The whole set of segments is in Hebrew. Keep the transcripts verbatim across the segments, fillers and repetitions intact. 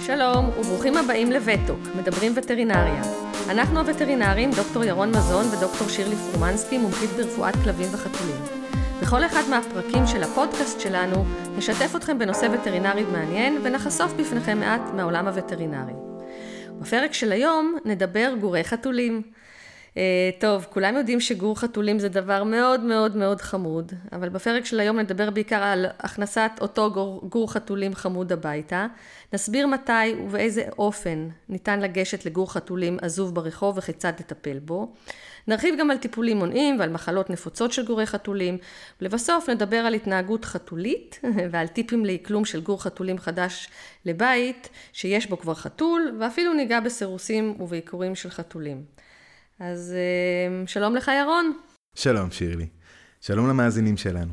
שלום וברוכים הבאים לווטוק, מדברים וטרינריה. אנחנו הווטרינרים דוקטור ירון מזון ודוקטור שירלי פרומנסקי, מומחית ברפואת כלבים וחתולים. בכל אחד מהפרקים של הפודקאסט שלנו נשתף אתכם בנושא וטרינרי מעניין ונחשוף בפניכם מעט מהעולם הווטרינרי. בפרק של היום נדבר גורי חתולים. טוב, כולם יודעים שגור חתולים זה דבר מאוד מאוד מאוד חמוד, אבל בפרק של היום נדבר בעיקר על הכנסת אותו גור, גור חתולים חמוד הביתה. נסביר מתי ובאיזה אופן ניתן לגשת לגור חתולים עזוב ברחוב וכיצד לטפל בו. נרחיב גם על טיפולים מונעים ועל מחלות נפוצות של גורי חתולים. ולבסוף נדבר על התנהגות חתולית ועל טיפים לעיכלום של גור חתולים חדש לבית שיש בו כבר חתול, ואפילו ניגע בסירוסים ובעיקורים של חתולים. אז שלום לך ירון. שלום שירלי. שלום למאזינים שלנו.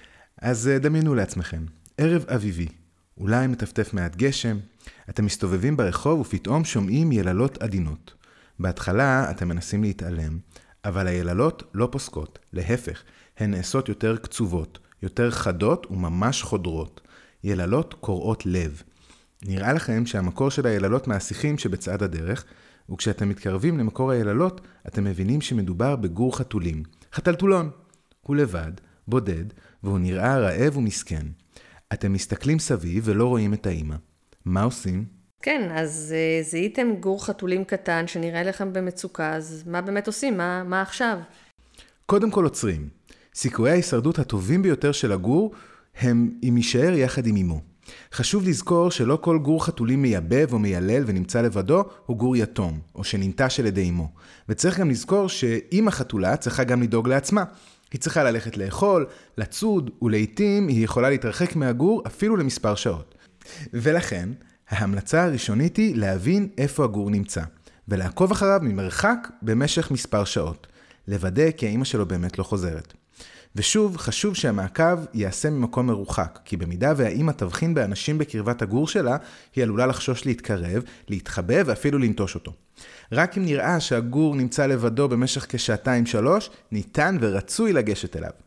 אז דמיינו לעצמכם, ערב אביבי, אולי מטפטף מעט גשם, אתם מסתובבים ברחוב ופתאום שומעים יללות עדינות. בהתחלה אתם מנסים להתעלם, אבל היללות לא פוסקות, להפך, הן נעשות יותר קצובות, יותר חדות וממש חודרות. יללות קוראות לב. נראה לכם שהמקור של היללות מהשיחים שבצד הדרך, וכשאתם מתקרבים למקור היללות, אתם מבינים שמדובר בגור חתולים. חתלתולון. הוא לבד, בודד, והוא נראה רעב ומסכן. אתם מסתכלים סביב ולא רואים את האמא. מה עושים? כן, אז uh, זיהיתם גור חתולים קטן שנראה לכם במצוקה, אז מה באמת עושים? מה, מה עכשיו? קודם כל עוצרים. סיכויי ההישרדות הטובים ביותר של הגור הם אם יישאר יחד עם אמו. חשוב לזכור שלא כל גור חתולים מייבב או מיילל ונמצא לבדו הוא גור יתום, או שננטש על ידי אמו. וצריך גם לזכור שאמא חתולה צריכה גם לדאוג לעצמה. היא צריכה ללכת לאכול, לצוד, ולעיתים היא יכולה להתרחק מהגור אפילו למספר שעות. ולכן, ההמלצה הראשונית היא להבין איפה הגור נמצא, ולעקוב אחריו ממרחק במשך מספר שעות, לוודא כי האמא שלו באמת לא חוזרת. ושוב, חשוב שהמעקב ייעשה ממקום מרוחק, כי במידה והאמא תבחין באנשים בקרבת הגור שלה, היא עלולה לחשוש להתקרב, להתחבא ואפילו לנטוש אותו. רק אם נראה שהגור נמצא לבדו במשך כשעתיים שלוש, ניתן ורצוי לגשת אליו.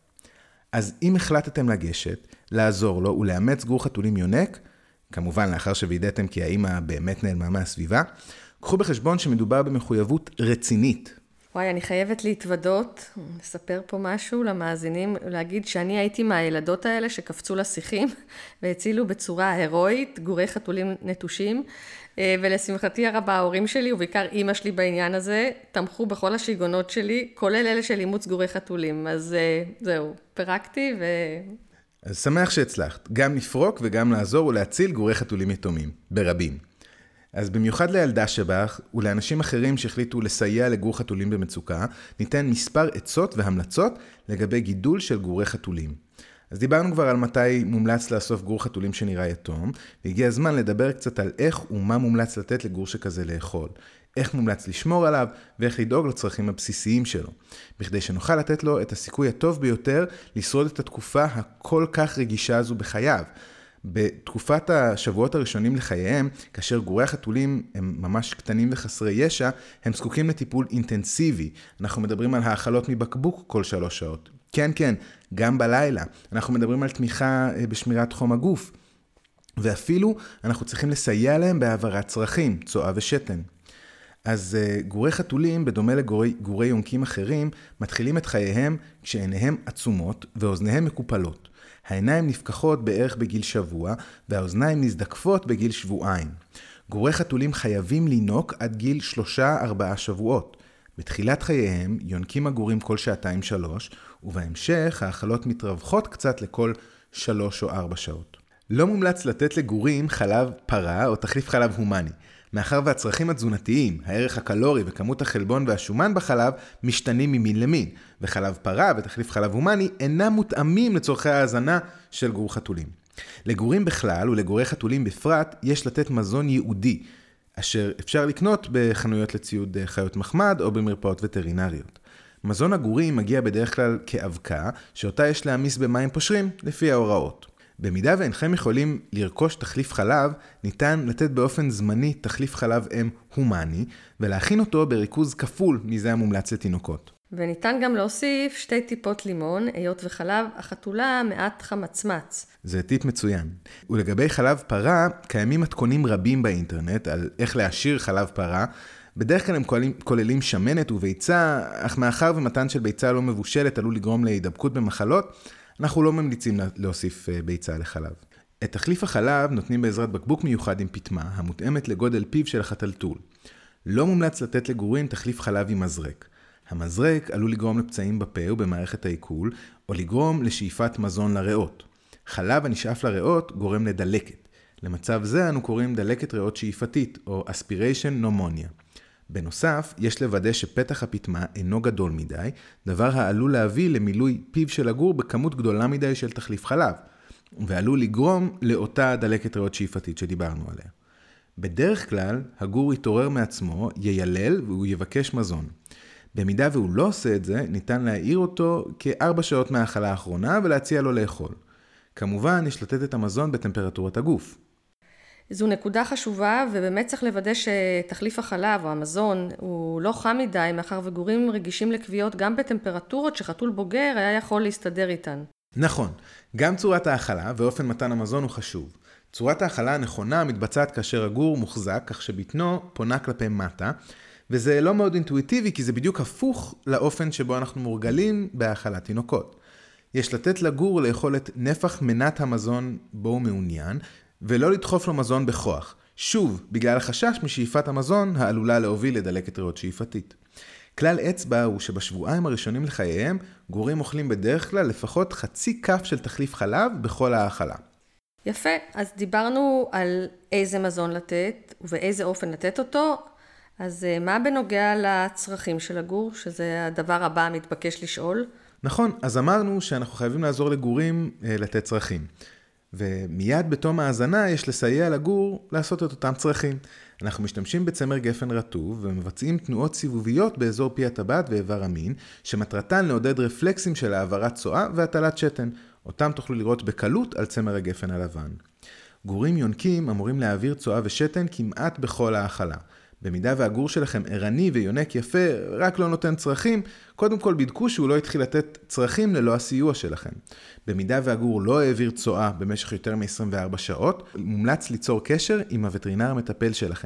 אז אם החלטתם לגשת, לעזור לו ולאמץ גור חתולים יונק, כמובן לאחר שווידאתם כי האמא באמת נעלמה מהסביבה, קחו בחשבון שמדובר במחויבות רצינית. וואי, אני חייבת להתוודות, לספר פה משהו למאזינים, להגיד שאני הייתי מהילדות האלה שקפצו לשיחים והצילו בצורה הירואית גורי חתולים נטושים, ולשמחתי הרבה ההורים שלי ובעיקר אמא שלי בעניין הזה תמכו בכל השיגונות שלי, כולל אלה של אימוץ גורי חתולים. אז זהו, פרקתי ו... אז שמח שהצלחת, גם לפרוק וגם לעזור ולהציל גורי חתולים יתומים, ברבים. אז במיוחד לילדה שבך ולאנשים אחרים שהחליטו לסייע לגור חתולים במצוקה, ניתן מספר עצות והמלצות לגבי גידול של גורי חתולים. אז דיברנו כבר על מתי מומלץ לאסוף גור חתולים שנראה יתום, והגיע הזמן לדבר קצת על איך ומה מומלץ לתת לגור שכזה לאכול, איך מומלץ לשמור עליו ואיך לדאוג לצרכים הבסיסיים שלו, בכדי שנוכל לתת לו את הסיכוי הטוב ביותר לשרוד את התקופה הכל כך רגישה הזו בחייו. בתקופת השבועות הראשונים לחייהם, כאשר גורי החתולים הם ממש קטנים וחסרי ישע, הם זקוקים לטיפול אינטנסיבי. אנחנו מדברים על האכלות מבקבוק כל שלוש שעות. כן, כן, גם בלילה. אנחנו מדברים על תמיכה בשמירת חום הגוף. ואפילו אנחנו צריכים לסייע להם בהעברת צרכים, צואה ושתן. אז גורי חתולים, בדומה לגורי גורי יונקים אחרים, מתחילים את חייהם כשעיניהם עצומות ואוזניהם מקופלות. העיניים נפקחות בערך בגיל שבוע, והאוזניים נזדקפות בגיל שבועיים. גורי חתולים חייבים לינוק עד גיל שלושה ארבעה שבועות. בתחילת חייהם יונקים הגורים כל שעתיים שלוש, ובהמשך האכלות מתרווחות קצת לכל שלוש או ארבע שעות. לא מומלץ לתת לגורים חלב פרה או תחליף חלב הומני, מאחר והצרכים התזונתיים, הערך הקלורי וכמות החלבון והשומן בחלב משתנים ממין למין, וחלב פרה ותחליף חלב הומני אינם מותאמים לצורכי ההזנה של גור חתולים. לגורים בכלל ולגורי חתולים בפרט יש לתת מזון ייעודי, אשר אפשר לקנות בחנויות לציוד חיות מחמד או במרפאות וטרינריות. מזון הגורים מגיע בדרך כלל כאבקה, שאותה יש להמיס במים פושרים לפי ההוראות. במידה ואינכם יכולים לרכוש תחליף חלב, ניתן לתת באופן זמני תחליף חלב אם הומני, ולהכין אותו בריכוז כפול מזה המומלץ לתינוקות. וניתן גם להוסיף שתי טיפות לימון, היות וחלב החתולה מעט חמצמץ. זה טיפ מצוין. ולגבי חלב פרה, קיימים מתכונים רבים באינטרנט על איך להשאיר חלב פרה. בדרך כלל הם כוללים שמנת וביצה, אך מאחר ומתן של ביצה לא מבושלת עלול לגרום להידבקות במחלות, אנחנו לא ממליצים להוסיף ביצה לחלב. את תחליף החלב נותנים בעזרת בקבוק מיוחד עם פטמה, המותאמת לגודל פיו של החתלתול. לא מומלץ לתת לגורים תחליף חלב עם מזרק. המזרק עלול לגרום לפצעים בפה ובמערכת העיכול, או לגרום לשאיפת מזון לריאות. חלב הנשאף לריאות גורם לדלקת. למצב זה אנו קוראים דלקת ריאות שאיפתית, או aspiration pneumonia. בנוסף, יש לוודא שפתח הפטמה אינו גדול מדי, דבר העלול להביא למילוי פיו של הגור בכמות גדולה מדי של תחליף חלב, ועלול לגרום לאותה דלקת ריאות שאיפתית שדיברנו עליה. בדרך כלל, הגור יתעורר מעצמו, יילל והוא יבקש מזון. במידה והוא לא עושה את זה, ניתן להעיר אותו כארבע שעות מהאכלה האחרונה ולהציע לו לאכול. כמובן, יש לתת את המזון בטמפרטורת הגוף. זו נקודה חשובה, ובאמת צריך לוודא שתחליף החלב או המזון הוא לא חם מדי, מאחר וגורים רגישים לכוויות גם בטמפרטורות שחתול בוגר היה יכול להסתדר איתן. נכון, גם צורת האכלה ואופן מתן המזון הוא חשוב. צורת האכלה הנכונה מתבצעת כאשר הגור מוחזק, כך שבטנו פונה כלפי מטה, וזה לא מאוד אינטואיטיבי, כי זה בדיוק הפוך לאופן שבו אנחנו מורגלים בהאכלת תינוקות. יש לתת לגור לאכול את נפח מנת המזון בו הוא מעוניין, ולא לדחוף לו מזון בכוח. שוב, בגלל החשש משאיפת המזון העלולה להוביל לדלקת ריאות שאיפתית. כלל אצבע הוא שבשבועיים הראשונים לחייהם, גורים אוכלים בדרך כלל לפחות חצי כף של תחליף חלב בכל האכלה. יפה, אז דיברנו על איזה מזון לתת ובאיזה אופן לתת אותו, אז מה בנוגע לצרכים של הגור, שזה הדבר הבא המתבקש לשאול? נכון, אז אמרנו שאנחנו חייבים לעזור לגורים לתת צרכים. ומיד בתום ההזנה יש לסייע לגור לעשות את אותם צרכים. אנחנו משתמשים בצמר גפן רטוב ומבצעים תנועות סיבוביות באזור פי הטבעת ואיבר המין, שמטרתן לעודד רפלקסים של העברת צואה והטלת שתן. אותם תוכלו לראות בקלות על צמר הגפן הלבן. גורים יונקים אמורים להעביר צואה ושתן כמעט בכל האכלה. במידה והגור שלכם ערני ויונק יפה, רק לא נותן צרכים, קודם כל בדקו שהוא לא התחיל לתת צרכים ללא הסיוע שלכם. במידה והגור לא העביר צואה במשך יותר מ-עשרים וארבע שעות, מומלץ ליצור קשר עם הווטרינר המטפל שלכם,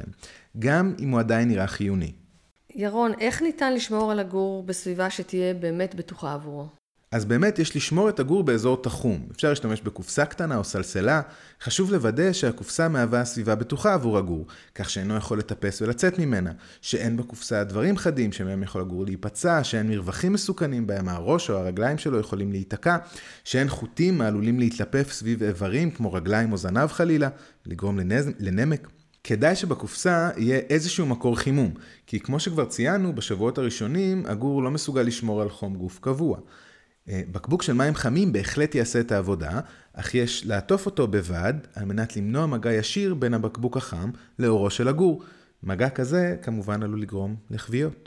גם אם הוא עדיין נראה חיוני. ירון, איך ניתן לשמור על הגור בסביבה שתהיה באמת בטוחה עבורו? אז באמת יש לשמור את הגור באזור תחום. אפשר להשתמש בקופסה קטנה או סלסלה. חשוב לוודא שהקופסה מהווה סביבה בטוחה עבור הגור, כך שאינו יכול לטפס ולצאת ממנה, שאין בקופסה דברים חדים שמהם יכול הגור להיפצע, שאין מרווחים מסוכנים בהם הראש או הרגליים שלו יכולים להיתקע, שאין חוטים העלולים להתלפף סביב איברים כמו רגליים או זנב חלילה, לגרום לנז... לנמק. כדאי שבקופסה יהיה איזשהו מקור חימום, כי כמו שכבר ציינו, בשבועות הראשונים הגור לא מסוגל לשמור על חום גוף קבוע. בקבוק של מים חמים בהחלט יעשה את העבודה, אך יש לעטוף אותו בבד על מנת למנוע מגע ישיר בין הבקבוק החם לאורו של הגור. מגע כזה כמובן עלול לגרום לכוויות.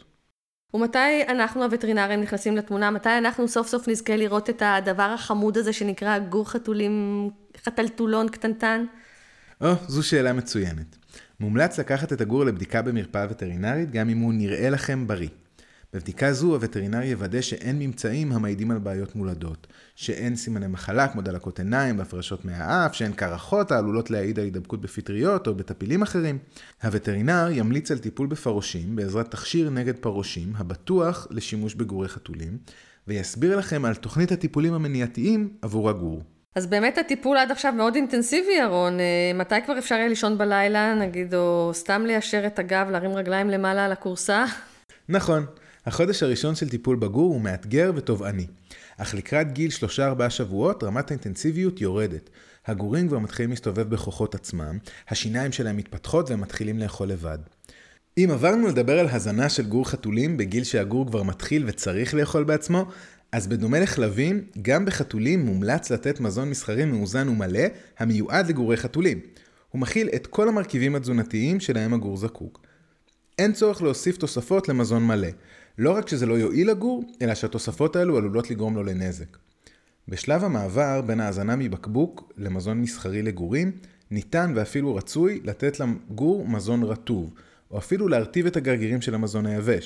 ומתי אנחנו הווטרינרים נכנסים לתמונה? מתי אנחנו סוף סוף נזכה לראות את הדבר החמוד הזה שנקרא גור חתולים, חתלתולון קטנטן? או, זו שאלה מצוינת. מומלץ לקחת את הגור לבדיקה במרפאה וטרינרית גם אם הוא נראה לכם בריא. בבדיקה זו הווטרינר יוודא שאין ממצאים המעידים על בעיות מולדות, שאין סימני מחלה כמו דלקות עיניים והפרשות מהאף, שאין קרחות העלולות להעיד על הידבקות בפטריות או בטפילים אחרים. הווטרינר ימליץ על טיפול בפרושים בעזרת תכשיר נגד פרושים הבטוח לשימוש בגורי חתולים, ויסביר לכם על תוכנית הטיפולים המניעתיים עבור הגור. אז באמת הטיפול עד עכשיו מאוד אינטנסיבי, ירון. מתי כבר אפשר יהיה לישון בלילה, נגיד, או סתם ליישר את הגב, להרים רגליים למעלה על הקורסה? נכון. החודש הראשון של טיפול בגור הוא מאתגר ותובעני, אך לקראת גיל שלושה ארבעה שבועות רמת האינטנסיביות יורדת. הגורים כבר מתחילים להסתובב בכוחות עצמם, השיניים שלהם מתפתחות והם מתחילים לאכול לבד. אם עברנו לדבר על הזנה של גור חתולים בגיל שהגור כבר מתחיל וצריך לאכול בעצמו, אז בדומה לכלבים, גם בחתולים מומלץ לתת מזון מסחרי מאוזן ומלא המיועד לגורי חתולים. הוא מכיל את כל המרכיבים התזונתיים שלהם הגור זקוק. אין צורך להוסיף תוספות למזון מלא. לא רק שזה לא יועיל לגור, אלא שהתוספות האלו עלולות לגרום לו לנזק. בשלב המעבר בין ההזנה מבקבוק למזון מסחרי לגורים, ניתן ואפילו רצוי לתת לגור מזון רטוב, או אפילו להרטיב את הגרגירים של המזון היבש.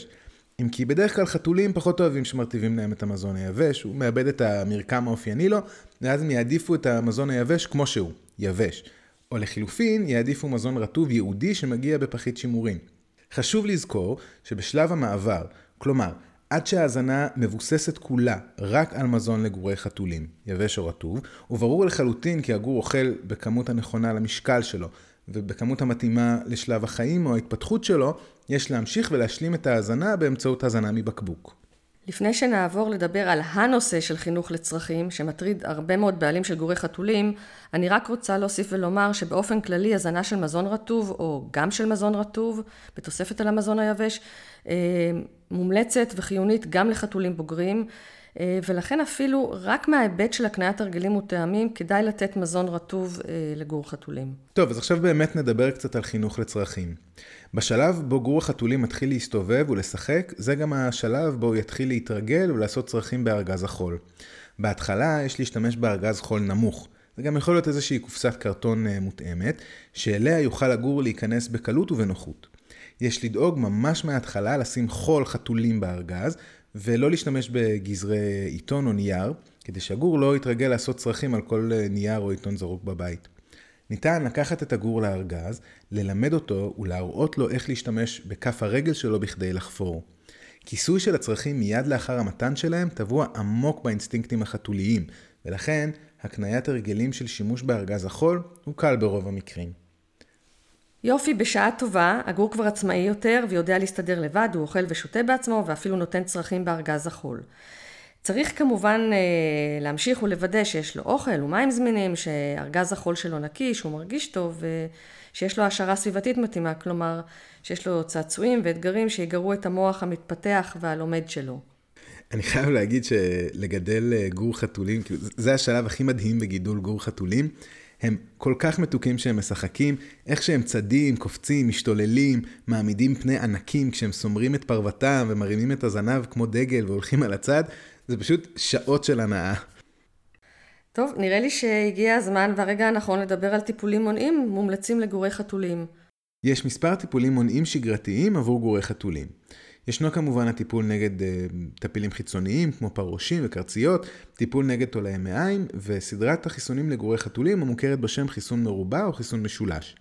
אם כי בדרך כלל חתולים פחות אוהבים שמרטיבים להם את המזון היבש, הוא מאבד את המרקם האופייני לו, ואז הם יעדיפו את המזון היבש כמו שהוא, יבש. או לחילופין, יעדיפו מזון רטוב ייעודי שמגיע בפחית שימורים. חשוב לזכור שבשלב המעבר, כלומר, עד שההזנה מבוססת כולה רק על מזון לגורי חתולים, יבש או רטוב, וברור לחלוטין כי הגור אוכל בכמות הנכונה למשקל שלו, ובכמות המתאימה לשלב החיים או ההתפתחות שלו, יש להמשיך ולהשלים את ההזנה באמצעות הזנה מבקבוק. לפני שנעבור לדבר על הנושא של חינוך לצרכים, שמטריד הרבה מאוד בעלים של גורי חתולים, אני רק רוצה להוסיף ולומר שבאופן כללי הזנה של מזון רטוב, או גם של מזון רטוב, בתוספת על המזון היבש, מומלצת וחיונית גם לחתולים בוגרים, ולכן אפילו רק מההיבט של הקניית הרגלים וטעמים, כדאי לתת מזון רטוב לגור חתולים. טוב, אז עכשיו באמת נדבר קצת על חינוך לצרכים. בשלב בו גור החתולים מתחיל להסתובב ולשחק, זה גם השלב בו הוא יתחיל להתרגל ולעשות צרכים בארגז החול. בהתחלה יש להשתמש בארגז חול נמוך. זה גם יכול להיות איזושהי קופסת קרטון מותאמת, שאליה יוכל הגור להיכנס בקלות ובנוחות. יש לדאוג ממש מההתחלה לשים חול חתולים בארגז, ולא להשתמש בגזרי עיתון או נייר, כדי שהגור לא יתרגל לעשות צרכים על כל נייר או עיתון זרוק בבית. ניתן לקחת את הגור לארגז, ללמד אותו ולהראות לו איך להשתמש בכף הרגל שלו בכדי לחפור. כיסוי של הצרכים מיד לאחר המתן שלהם טבוע עמוק באינסטינקטים החתוליים, ולכן הקניית הרגלים של שימוש בארגז החול הוא קל ברוב המקרים. יופי, בשעה טובה, הגור כבר עצמאי יותר ויודע להסתדר לבד, הוא אוכל ושותה בעצמו ואפילו נותן צרכים בארגז החול. צריך כמובן להמשיך ולוודא שיש לו אוכל ומים זמינים, שארגז החול שלו נקי, שהוא מרגיש טוב ושיש לו השערה סביבתית מתאימה, כלומר שיש לו צעצועים ואתגרים שיגרו את המוח המתפתח והלומד שלו. אני חייב להגיד שלגדל גור חתולים, זה השלב הכי מדהים בגידול גור חתולים, הם כל כך מתוקים שהם משחקים, איך שהם צדים, קופצים, משתוללים, מעמידים פני ענקים כשהם סומרים את פרוותם ומרימים את הזנב כמו דגל והולכים על הצד, זה פשוט שעות של הנאה. טוב, נראה לי שהגיע הזמן והרגע הנכון לדבר על טיפולים מונעים מומלצים לגורי חתולים. יש מספר טיפולים מונעים שגרתיים עבור גורי חתולים. ישנו כמובן הטיפול נגד uh, טפילים חיצוניים כמו פרושים וקרציות, טיפול נגד תולעי מעיים וסדרת החיסונים לגורי חתולים המוכרת בשם חיסון מרובע או חיסון משולש.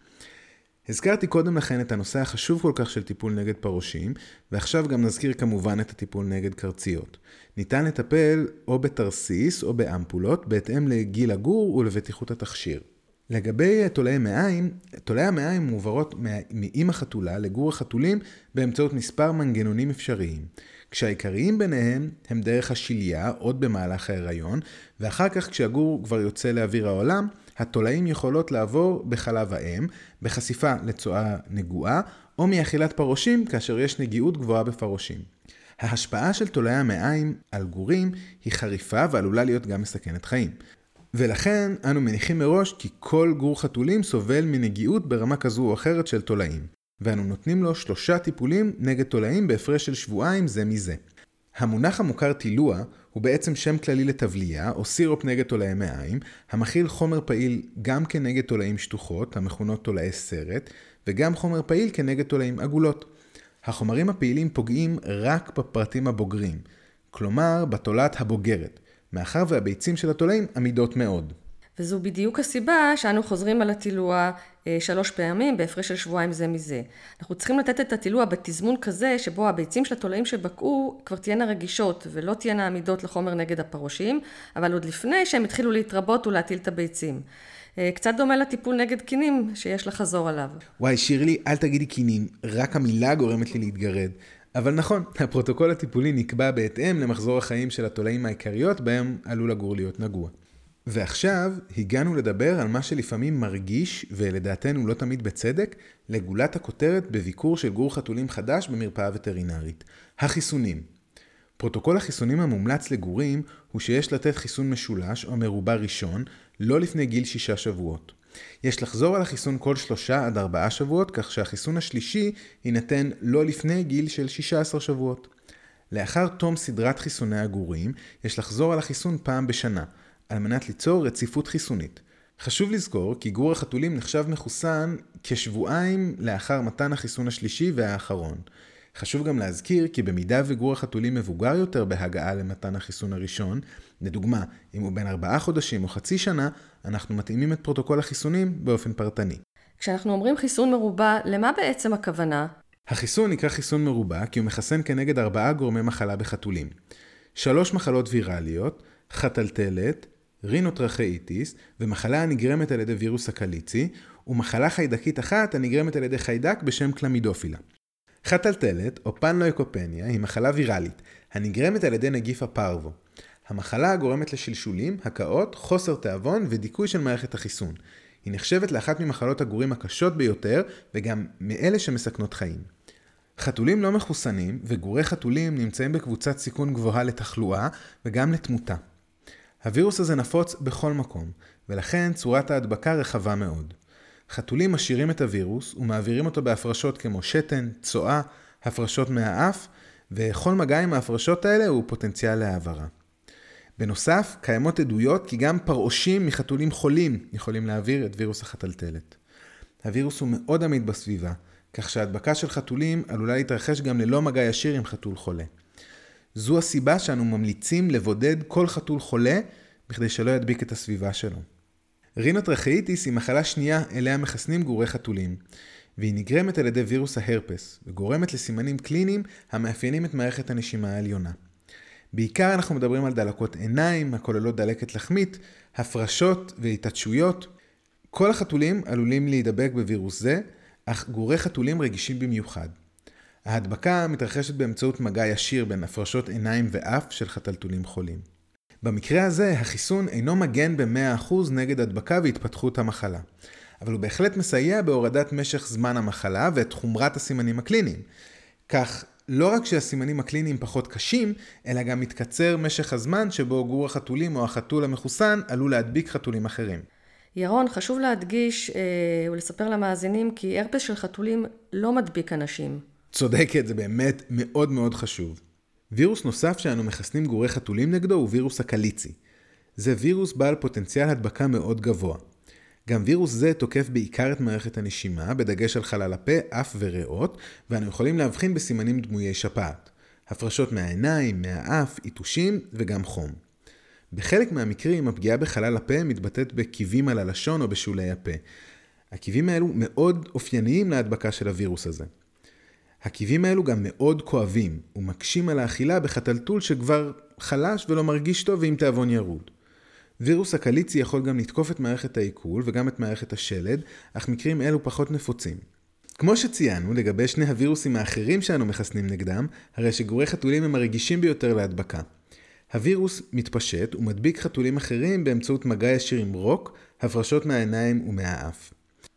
הזכרתי קודם לכן את הנושא החשוב כל כך של טיפול נגד פרושים, ועכשיו גם נזכיר כמובן את הטיפול נגד קרציות. ניתן לטפל או בתרסיס או באמפולות בהתאם לגיל הגור ולבטיחות התכשיר. לגבי תולעי מעיים, תולעי המעיים מועברות מאמא חתולה לגור החתולים באמצעות מספר מנגנונים אפשריים, כשהעיקריים ביניהם הם דרך השיליה עוד במהלך ההיריון, ואחר כך כשהגור כבר יוצא לאוויר העולם, התולעים יכולות לעבור בחלב האם, בחשיפה לצואה נגועה, או מאכילת פרושים כאשר יש נגיעות גבוהה בפרושים. ההשפעה של תולעי המעיים על גורים היא חריפה ועלולה להיות גם מסכנת חיים. ולכן אנו מניחים מראש כי כל גור חתולים סובל מנגיעות ברמה כזו או אחרת של תולעים, ואנו נותנים לו שלושה טיפולים נגד תולעים בהפרש של שבועיים זה מזה. המונח המוכר טילוע הוא בעצם שם כללי לתבליה או סירופ נגד תולעי מעיים, המכיל חומר פעיל גם כנגד תולעים שטוחות, המכונות תולעי סרט, וגם חומר פעיל כנגד תולעים עגולות. החומרים הפעילים פוגעים רק בפרטים הבוגרים, כלומר בתולעת הבוגרת, מאחר והביצים של התולעים עמידות מאוד. וזו בדיוק הסיבה שאנו חוזרים על הטילוע אה, שלוש פעמים בהפרש של שבועיים זה מזה. אנחנו צריכים לתת את הטילוע בתזמון כזה שבו הביצים של התולעים שבקעו כבר תהיינה רגישות ולא תהיינה עמידות לחומר נגד הפרושים, אבל עוד לפני שהם התחילו להתרבות ולהטיל את הביצים. אה, קצת דומה לטיפול נגד קינים שיש לחזור עליו. וואי, שירלי, אל תגידי קינים, רק המילה גורמת לי להתגרד. אבל נכון, הפרוטוקול הטיפולי נקבע בהתאם למחזור החיים של התולעים העיקריות בהם עלול הגור להיות נגוע. ועכשיו הגענו לדבר על מה שלפעמים מרגיש, ולדעתנו לא תמיד בצדק, לגולת הכותרת בביקור של גור חתולים חדש במרפאה וטרינרית. החיסונים. פרוטוקול החיסונים המומלץ לגורים הוא שיש לתת חיסון משולש או מרובע ראשון, לא לפני גיל שישה שבועות. יש לחזור על החיסון כל שלושה עד ארבעה שבועות, כך שהחיסון השלישי יינתן לא לפני גיל של שישה עשר שבועות. לאחר תום סדרת חיסוני הגורים, יש לחזור על החיסון פעם בשנה, על מנת ליצור רציפות חיסונית. חשוב לזכור כי גור החתולים נחשב מחוסן כשבועיים לאחר מתן החיסון השלישי והאחרון. חשוב גם להזכיר כי במידה וגור החתולים מבוגר יותר בהגעה למתן החיסון הראשון, לדוגמה, אם הוא בין ארבעה חודשים או חצי שנה, אנחנו מתאימים את פרוטוקול החיסונים באופן פרטני. כשאנחנו אומרים חיסון מרובע, למה בעצם הכוונה? החיסון נקרא חיסון מרובע כי הוא מחסן כנגד ארבעה גורמי מחלה בחתולים. שלוש מחלות ויראליות, חתלתלת, רינוטרכאיטיס ומחלה הנגרמת על ידי וירוס הקליצי, ומחלה חיידקית אחת הנגרמת על ידי חיידק בשם קלמידופילה. חתלתלת או פנלויקופניה היא מחלה ויראלית הנגרמת על ידי נגיף הפרוו. המחלה גורמת לשלשולים, הקאות, חוסר תיאבון ודיכוי של מערכת החיסון. היא נחשבת לאחת ממחלות הגורים הקשות ביותר וגם מאלה שמסכנות חיים. חתולים לא מחוסנים וגורי חתולים נמצאים בקבוצת סיכון גבוהה לתחלואה וגם לתמותה. הווירוס הזה נפוץ בכל מקום, ולכן צורת ההדבקה רחבה מאוד. חתולים משאירים את הווירוס ומעבירים אותו בהפרשות כמו שתן, צואה, הפרשות מהאף, וכל מגע עם ההפרשות האלה הוא פוטנציאל להעברה. בנוסף, קיימות עדויות כי גם פרעושים מחתולים חולים יכולים להעביר את וירוס החתלתלת. הווירוס הוא מאוד עמיד בסביבה, כך שההדבקה של חתולים עלולה להתרחש גם ללא מגע ישיר עם חתול חולה. זו הסיבה שאנו ממליצים לבודד כל חתול חולה בכדי שלא ידביק את הסביבה שלו. רינוטרכאיטיס היא מחלה שנייה אליה מחסנים גורי חתולים, והיא נגרמת על ידי וירוס ההרפס, וגורמת לסימנים קליניים המאפיינים את מערכת הנשימה העליונה. בעיקר אנחנו מדברים על דלקות עיניים, הכוללות דלקת לחמית, הפרשות והתעטשויות. כל החתולים עלולים להידבק בווירוס זה, אך גורי חתולים רגישים במיוחד. ההדבקה מתרחשת באמצעות מגע ישיר בין הפרשות עיניים ואף של חתלתולים חולים. במקרה הזה, החיסון אינו מגן ב-מאה אחוז נגד הדבקה והתפתחות המחלה, אבל הוא בהחלט מסייע בהורדת משך זמן המחלה ואת חומרת הסימנים הקליניים. כך, לא רק שהסימנים הקליניים פחות קשים, אלא גם מתקצר משך הזמן שבו גור החתולים או החתול המחוסן עלול להדביק חתולים אחרים. ירון, חשוב להדגיש אה, ולספר למאזינים כי הרפס של חתולים לא מדביק אנשים. צודקת, זה באמת מאוד מאוד חשוב. וירוס נוסף שאנו מחסנים גורי חתולים נגדו הוא וירוס הקליצי. זה וירוס בעל פוטנציאל הדבקה מאוד גבוה. גם וירוס זה תוקף בעיקר את מערכת הנשימה, בדגש על חלל הפה, אף וריאות, ואנו יכולים להבחין בסימנים דמויי שפעת. הפרשות מהעיניים, מהאף, עיתושים וגם חום. בחלק מהמקרים הפגיעה בחלל הפה מתבטאת בקיבים על הלשון או בשולי הפה. הקיבים האלו מאוד אופייניים להדבקה של הווירוס הזה. הקיבים האלו גם מאוד כואבים ומקשים על האכילה בחתלתול שכבר חלש ולא מרגיש טוב ועם תיאבון ירוד. וירוס הקליצי יכול גם לתקוף את מערכת העיכול וגם את מערכת השלד, אך מקרים אלו פחות נפוצים. כמו שציינו לגבי שני הווירוסים האחרים שאנו מחסנים נגדם, הרי שגורי חתולים הם הרגישים ביותר להדבקה. הווירוס מתפשט ומדביק חתולים אחרים באמצעות מגע ישיר עם רוק, הפרשות מהעיניים ומהאף.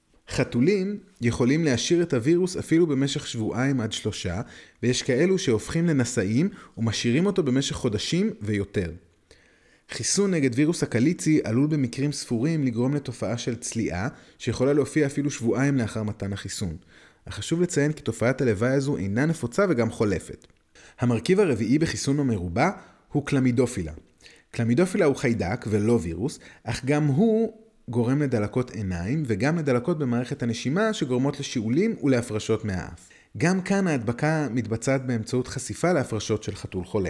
חתולים יכולים להשאיר את הווירוס אפילו במשך שבועיים עד שלושה, ויש כאלו שהופכים לנשאים ומשאירים אותו במשך חודשים ויותר. חיסון נגד וירוס הקליצי עלול במקרים ספורים לגרום לתופעה של צליעה, שיכולה להופיע אפילו שבועיים לאחר מתן החיסון. אך חשוב לציין כי תופעת הלוואי הזו אינה נפוצה וגם חולפת. המרכיב הרביעי בחיסון המרובע הוא קלמידופילה. קלמידופילה הוא חיידק ולא וירוס, אך גם הוא גורם לדלקות עיניים וגם לדלקות במערכת הנשימה שגורמות לשאולים ולהפרשות מהאף. גם כאן ההדבקה מתבצעת באמצעות חשיפה להפרשות של חתול חולה.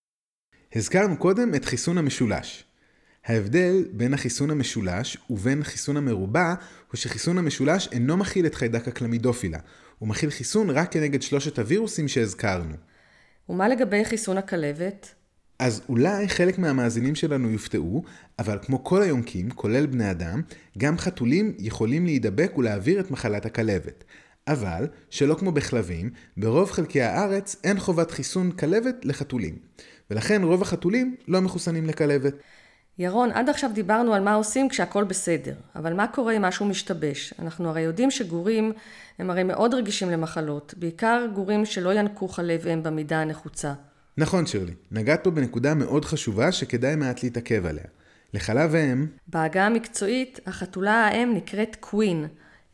הזכרנו קודם את חיסון המשולש. ההבדל בין החיסון המשולש ובין חיסון המרובע הוא שחיסון המשולש אינו מכיל את חיידק הקלמידופילה. הוא מכיל חיסון רק כנגד שלושת הווירוסים שהזכרנו. ומה לגבי חיסון הכלבת? אז אולי חלק מהמאזינים שלנו יופתעו, אבל כמו כל היונקים, כולל בני אדם, גם חתולים יכולים להידבק ולהעביר את מחלת הכלבת. אבל, שלא כמו בכלבים, ברוב חלקי הארץ אין חובת חיסון כלבת לחתולים. ולכן רוב החתולים לא מחוסנים לכלבת. ירון, עד עכשיו דיברנו על מה עושים כשהכל בסדר, אבל מה קורה אם משהו משתבש? אנחנו הרי יודעים שגורים הם הרי מאוד רגישים למחלות, בעיקר גורים שלא ינקו חלב אם במידה הנחוצה. נכון שירלי, נגעת פה בנקודה מאוד חשובה שכדאי מעט להתעכב עליה. לחלב אם... בעגה המקצועית, החתולה האם נקראת קווין.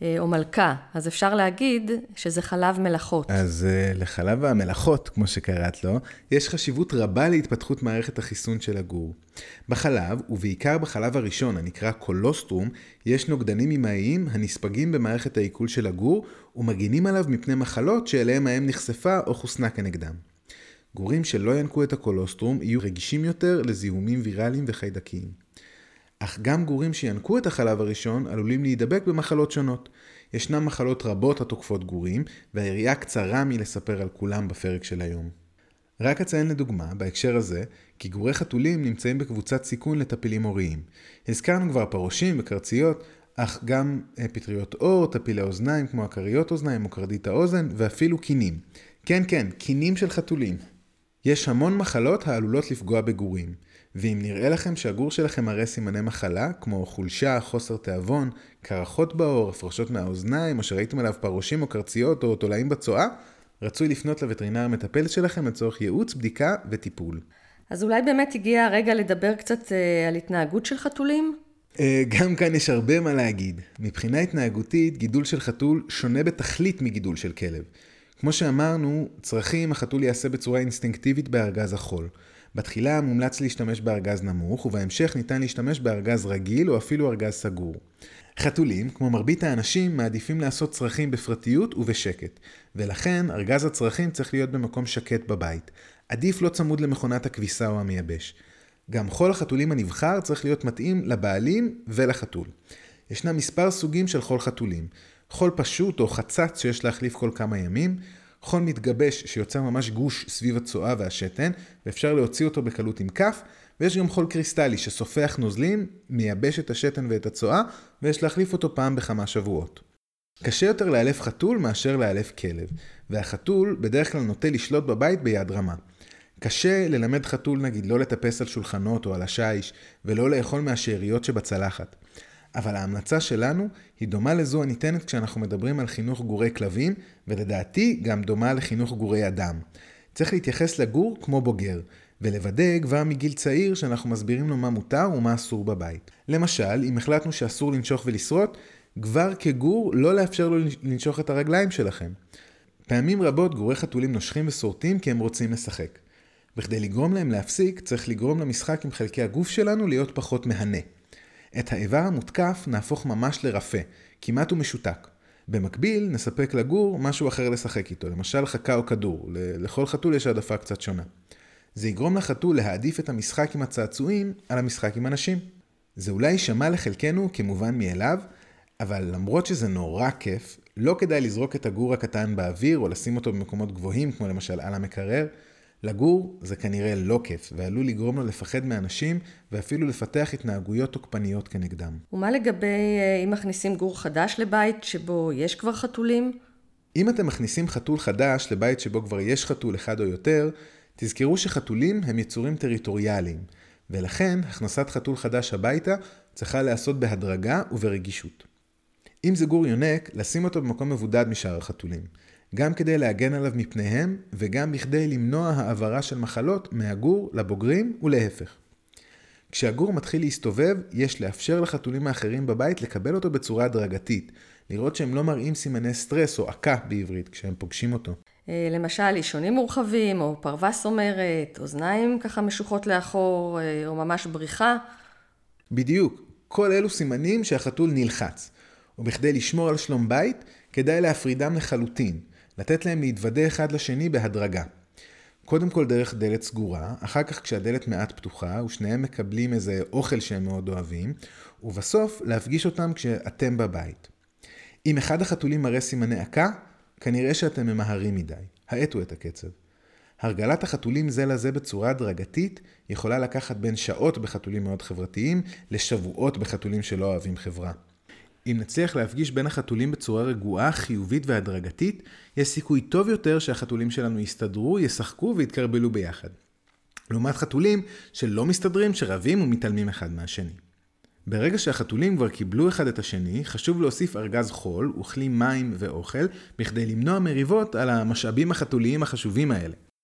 או מלכה, אז אפשר להגיד שזה חלב מלאכות. אז לחלב המלאכות, כמו שקראת לו, יש חשיבות רבה להתפתחות מערכת החיסון של הגור. בחלב, ובעיקר בחלב הראשון, הנקרא קולוסטרום, יש נוגדנים אימהיים הנספגים במערכת העיכול של הגור, ומגינים עליו מפני מחלות שאליהם האם נחשפה או חוסנה כנגדם. גורים שלא ינקו את הקולוסטרום יהיו רגישים יותר לזיהומים ויראליים וחיידקיים. אך גם גורים שינקו את החלב הראשון עלולים להידבק במחלות שונות. ישנם מחלות רבות התוקפות גורים, והיריעה קצרה מלספר על כולם בפרק של היום. רק אציין לדוגמה, בהקשר הזה, כי גורי חתולים נמצאים בקבוצת סיכון לטפילים הוריים. הזכרנו כבר פרושים וקרציות, אך גם פטריות עור, טפילי אוזניים כמו הכריות אוזניים או קרדית האוזן, ואפילו קינים. כן, כן, קינים של חתולים. יש המון מחלות העלולות לפגוע בגורים. ואם נראה לכם שהגור שלכם מראה סימני מחלה, כמו חולשה, חוסר תיאבון, קרחות בעור, הפרשות מהאוזניים, או שראיתם עליו פרושים או קרציות או תולעים בצואה, רצוי לפנות לווטרינר המטפל שלכם לצורך ייעוץ, בדיקה וטיפול. אז אולי באמת הגיע הרגע לדבר קצת אה, על התנהגות של חתולים? אה, גם כאן יש הרבה מה להגיד. מבחינה התנהגותית, גידול של חתול שונה בתכלית מגידול של כלב. כמו שאמרנו, צרכים החתול יעשה בצורה אינסטינקטיבית בארגז החול. בתחילה מומלץ להשתמש בארגז נמוך, ובהמשך ניתן להשתמש בארגז רגיל או אפילו ארגז סגור. חתולים, כמו מרבית האנשים, מעדיפים לעשות צרכים בפרטיות ובשקט, ולכן ארגז הצרכים צריך להיות במקום שקט בבית. עדיף לא צמוד למכונת הכביסה או המייבש. גם חול החתולים הנבחר צריך להיות מתאים לבעלים ולחתול. ישנם מספר סוגים של חול חתולים. חול פשוט או חצץ שיש להחליף כל כמה ימים, חול מתגבש שיוצר ממש גוש סביב הצואה והשתן, ואפשר להוציא אותו בקלות עם כף, ויש גם חול קריסטלי שסופח נוזלים, מייבש את השתן ואת הצואה, ויש להחליף אותו פעם בכמה שבועות. קשה יותר לאלף חתול מאשר לאלף כלב, והחתול בדרך כלל נוטה לשלוט בבית ביד רמה. קשה ללמד חתול נגיד לא לטפס על שולחנות או על השיש, ולא לאכול מהשאריות שבצלחת. אבל ההמלצה שלנו היא דומה לזו הניתנת כשאנחנו מדברים על חינוך גורי כלבים, ולדעתי גם דומה לחינוך גורי אדם. צריך להתייחס לגור כמו בוגר, ולוודא כבר מגיל צעיר שאנחנו מסבירים לו מה מותר ומה אסור בבית. למשל, אם החלטנו שאסור לנשוך ולשרוט, כבר כגור לא לאפשר לו לנשוך את הרגליים שלכם. פעמים רבות גורי חתולים נושכים וסורטים כי הם רוצים לשחק. בכדי לגרום להם להפסיק, צריך לגרום למשחק עם חלקי הגוף שלנו להיות פחות מהנה. את האיבר המותקף נהפוך ממש לרפה, כמעט ומשותק. במקביל נספק לגור משהו אחר לשחק איתו, למשל חכה או כדור, לכל חתול יש העדפה קצת שונה. זה יגרום לחתול להעדיף את המשחק עם הצעצועים על המשחק עם אנשים. זה אולי יישמע לחלקנו כמובן מאליו, אבל למרות שזה נורא כיף, לא כדאי לזרוק את הגור הקטן באוויר או לשים אותו במקומות גבוהים, כמו למשל על המקרר. לגור זה כנראה לא כיף, ועלול לגרום לו לפחד מאנשים, ואפילו לפתח התנהגויות תוקפניות כנגדם. ומה לגבי אם מכניסים גור חדש לבית שבו יש כבר חתולים? אם אתם מכניסים חתול חדש לבית שבו כבר יש חתול אחד או יותר, תזכרו שחתולים הם יצורים טריטוריאליים, ולכן הכנסת חתול חדש הביתה צריכה לעשות בהדרגה וברגישות. אם זה גור יונק, לשים אותו במקום מבודד משאר החתולים. גם כדי להגן עליו מפניהם, וגם בכדי למנוע העברה של מחלות מהגור לבוגרים ולהפך. כשהגור מתחיל להסתובב, יש לאפשר לחתולים האחרים בבית לקבל אותו בצורה הדרגתית, לראות שהם לא מראים סימני סטרס או עקה בעברית כשהם פוגשים אותו. למשל, אישונים מורחבים, או פרווה סומרת, אוזניים ככה משוחות לאחור, או ממש בריחה. בדיוק, כל אלו סימנים שהחתול נלחץ. ובכדי לשמור על שלום בית, כדאי להפרידם לחלוטין, לתת להם להתוודא אחד לשני בהדרגה. קודם כל דרך דלת סגורה, אחר כך כשהדלת מעט פתוחה, ושניהם מקבלים איזה אוכל שהם מאוד אוהבים, ובסוף להפגיש אותם כשאתם בבית. אם אחד החתולים מראה סימני עקה, כנראה שאתם ממהרים מדי. האטו את הקצב. הרגלת החתולים זה לזה בצורה הדרגתית יכולה לקחת בין שעות בחתולים מאוד חברתיים לשבועות בחתולים שלא אוהבים חברה. אם נצליח להפגיש בין החתולים בצורה רגועה, חיובית והדרגתית, יש סיכוי טוב יותר שהחתולים שלנו יסתדרו, ישחקו ויתקרבלו ביחד. לעומת חתולים שלא מסתדרים, שרבים ומתעלמים אחד מהשני. ברגע שהחתולים כבר קיבלו אחד את השני, חשוב להוסיף ארגז חול וכלי מים ואוכל, בכדי למנוע מריבות על המשאבים החתוליים החשובים האלה.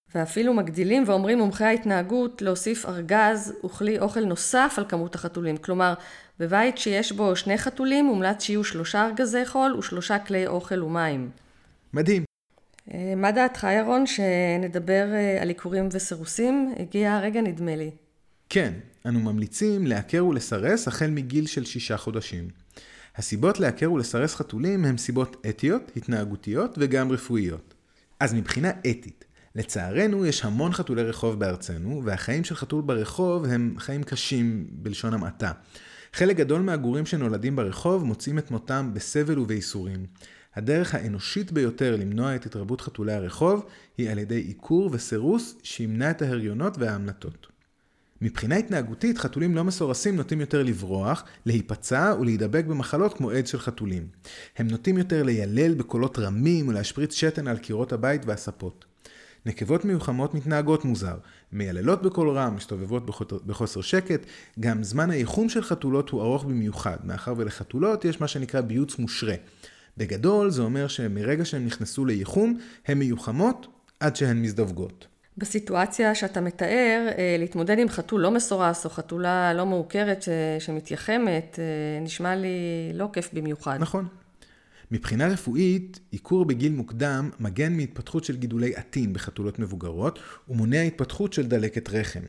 ואפילו מגדילים ואומרים מומחי ההתנהגות להוסיף ארגז וכלי אוכל נוסף על כמות החתולים. כלומר, בבית שיש בו שני חתולים מומלץ שיהיו שלושה ארגזי חול ושלושה כלי אוכל ומים. מדהים. מה דעתך ירון שנדבר על עיקורים וסירוסים? הגיע הרגע נדמה לי. כן, אנו ממליצים לעקר ולסרס החל מגיל של שישה חודשים. הסיבות לעקר ולסרס חתולים הן סיבות אתיות, התנהגותיות וגם רפואיות. אז מבחינה אתית, לצערנו יש המון חתולי רחוב בארצנו, והחיים של חתול ברחוב הם חיים קשים בלשון המעטה. חלק גדול מהגורים שנולדים ברחוב מוצאים את מותם בסבל ובייסורים. הדרך האנושית ביותר למנוע את התרבות חתולי הרחוב היא על ידי עיקור וסירוס שימנע את ההריונות וההמלטות. מבחינה התנהגותית, חתולים לא מסורסים נוטים יותר לברוח, להיפצע ולהידבק במחלות כמו עד של חתולים. הם נוטים יותר לילל בקולות רמים ולהשפריץ שתן על קירות הבית והספות. נקבות מיוחמות מתנהגות מוזר, מייללות בקול רם, מסתובבות בחוסר שקט, גם זמן הייחום של חתולות הוא ארוך במיוחד, מאחר ולחתולות יש מה שנקרא ביוץ מושרה. בגדול זה אומר שמרגע שהן נכנסו לייחום, הן מיוחמות עד שהן מזדווגות. בסיטואציה שאתה מתאר, להתמודד עם חתול לא מסורס או חתולה לא מעוקרת שמתייחמת, נשמע לי לא כיף במיוחד. נכון. מבחינה רפואית, עיקור בגיל מוקדם מגן מהתפתחות של גידולי עתין בחתולות מבוגרות ומונע התפתחות של דלקת רחם.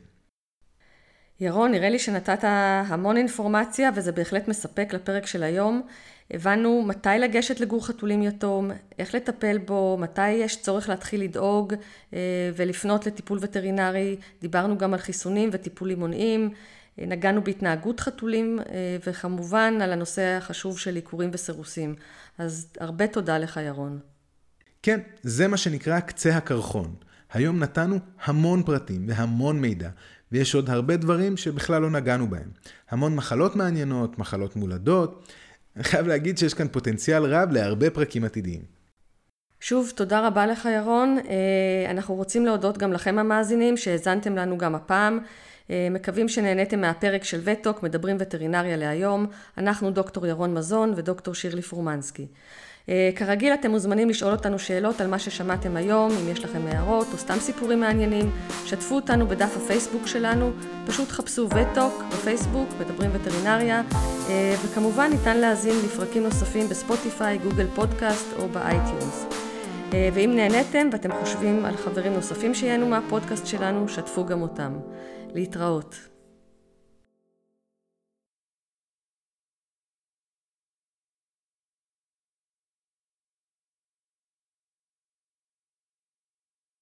ירון, נראה לי שנתת המון אינפורמציה וזה בהחלט מספק לפרק של היום. הבנו מתי לגשת לגור חתולים יתום, איך לטפל בו, מתי יש צורך להתחיל לדאוג ולפנות לטיפול וטרינרי. דיברנו גם על חיסונים וטיפולים מונעים, נגענו בהתנהגות חתולים וכמובן על הנושא החשוב של עיקורים וסירוסים. אז הרבה תודה לך ירון. כן, זה מה שנקרא קצה הקרחון. היום נתנו המון פרטים והמון מידע, ויש עוד הרבה דברים שבכלל לא נגענו בהם. המון מחלות מעניינות, מחלות מולדות. אני חייב להגיד שיש כאן פוטנציאל רב להרבה פרקים עתידיים. שוב, תודה רבה לך ירון. אנחנו רוצים להודות גם לכם המאזינים שהזנתם לנו גם הפעם. מקווים שנהניתם מהפרק של וטוק, מדברים וטרינריה להיום. אנחנו דוקטור ירון מזון ודוקטור שירלי פרומנסקי. כרגיל אתם מוזמנים לשאול אותנו שאלות על מה ששמעתם היום, אם יש לכם הערות או סתם סיפורים מעניינים. שתפו אותנו בדף הפייסבוק שלנו, פשוט חפשו וטוק בפייסבוק, מדברים וטרינריה, וכמובן ניתן להזין לפרקים נוספים בספוטיפיי, גוגל פודקאסט או באייטיונס. ואם נהניתם ואתם חושבים על חברים נוספים שיהנו מהפודקאסט שלנו, שתפו גם אותם. להתראות.